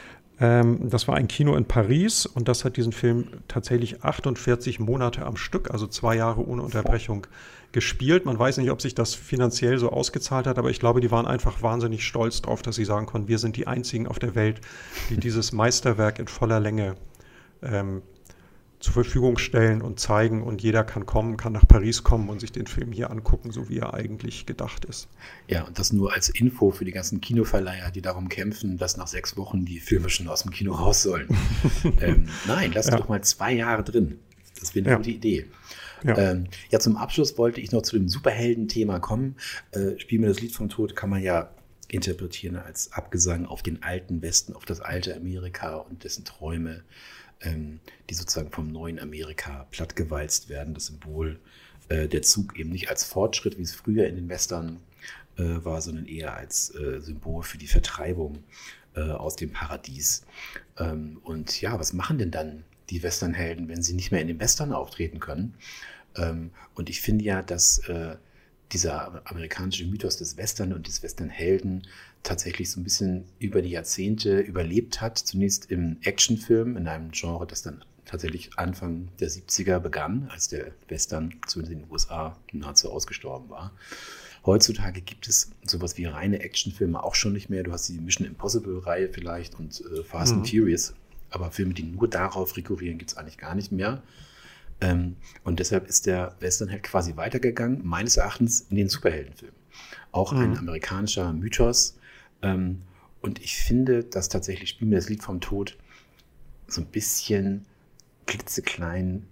Ähm, das war ein Kino in Paris und das hat diesen Film tatsächlich achtundvierzig Monate am Stück, also zwei Jahre ohne Unterbrechung, gespielt. Man weiß nicht, ob sich das finanziell so ausgezahlt hat, aber ich glaube, die waren einfach wahnsinnig stolz drauf, dass sie sagen konnten, wir sind die einzigen auf der Welt, die dieses Meisterwerk in voller Länge ähm, zur Verfügung stellen und zeigen und jeder kann kommen, kann nach Paris kommen und sich den Film hier angucken, so wie er eigentlich gedacht ist. Ja, und das nur als Info für die ganzen Kinoverleiher, die darum kämpfen, dass nach sechs Wochen die Filme schon aus dem Kino raus sollen. ähm, nein, lass ja. doch mal zwei Jahre drin. Das wäre eine ja. gute Idee. Ja. Ähm, ja, zum Abschluss wollte ich noch zu dem Superhelden-Thema kommen. Äh, Spiel mir das Lied vom Tod kann man ja interpretieren als Abgesang auf den alten Westen, auf das alte Amerika und dessen Träume, ähm, die sozusagen vom neuen Amerika plattgewalzt werden. Das Symbol, äh, der Zug eben nicht als Fortschritt, wie es früher in den Western äh, war, sondern eher als äh, Symbol für die Vertreibung äh, aus dem Paradies. Ähm, und ja, was machen denn dann die Westernhelden, wenn sie nicht mehr in den Western auftreten können? Ähm, und ich finde ja, dass äh, dieser amerikanische Mythos des Western und des Westernhelden tatsächlich so ein bisschen über die Jahrzehnte überlebt hat. Zunächst im Actionfilm, in einem Genre, das dann tatsächlich Anfang der siebziger begann, als der Western zumindest in den U S A nahezu ausgestorben war. Heutzutage gibt es sowas wie reine Actionfilme auch schon nicht mehr. Du hast die Mission Impossible-Reihe vielleicht und äh, Fast mhm. and Furious, aber Filme, die nur darauf rekurrieren, gibt es eigentlich gar nicht mehr. Ähm, und deshalb ist der Western halt quasi weitergegangen, meines Erachtens in den Superheldenfilmen. Auch mhm. ein amerikanischer Mythos. Ähm, und ich finde, dass tatsächlich Spiel mir das Lied vom Tod so ein bisschen klitzeklein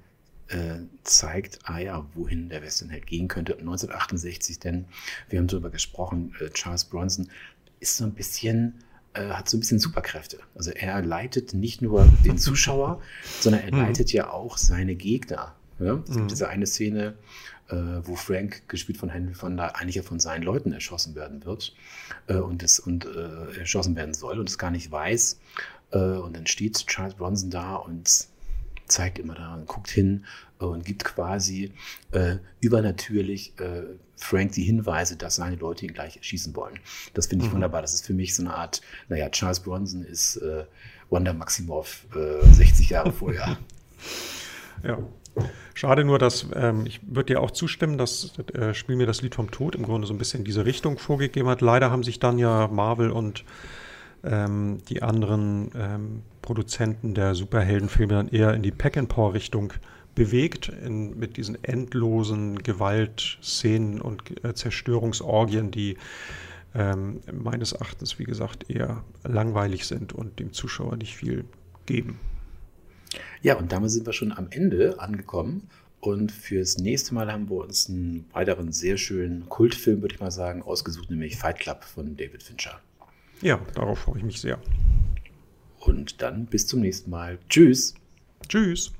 äh, zeigt, ah ja, wohin der Westernheld gehen könnte. neunzehnhundertachtundsechzig, denn wir haben darüber gesprochen, äh, Charles Bronson ist so ein bisschen, äh, hat so ein bisschen Superkräfte. Also er leitet nicht nur den Zuschauer, sondern er leitet ja auch seine Gegner. Ja? Es gibt Mhm. diese eine Szene, äh, wo Frank, gespielt von Henry Fonda, eigentlich ja von seinen Leuten erschossen werden wird äh, und, es, und äh, erschossen werden soll und es gar nicht weiß. Äh, und dann steht Charles Bronson da und zeigt immer da und guckt hin äh, und gibt quasi äh, übernatürlich äh, Frank die Hinweise, dass seine Leute ihn gleich erschießen wollen. Das finde ich Mhm. wunderbar. Das ist für mich so eine Art, naja, Charles Bronson ist äh, Wanda Maximoff äh, sechzig Jahre vorher. Ja. Schade nur, dass ähm, ich würde dir auch zustimmen, dass äh, Spiel mir das Lied vom Tod im Grunde so ein bisschen diese Richtung vorgegeben hat. Leider haben sich dann ja Marvel und ähm, die anderen ähm, Produzenten der Superheldenfilme dann eher in die Pack-and-Paw-Richtung bewegt, in, mit diesen endlosen Gewaltszenen und äh, Zerstörungsorgien, die ähm, meines Erachtens, wie gesagt, eher langweilig sind und dem Zuschauer nicht viel geben. Ja, und damit sind wir schon am Ende angekommen. Und fürs nächste Mal haben wir uns einen weiteren sehr schönen Kultfilm, würde ich mal sagen, ausgesucht, nämlich Fight Club von David Fincher. Ja, darauf freue ich mich sehr. Und dann bis zum nächsten Mal. Tschüss. Tschüss.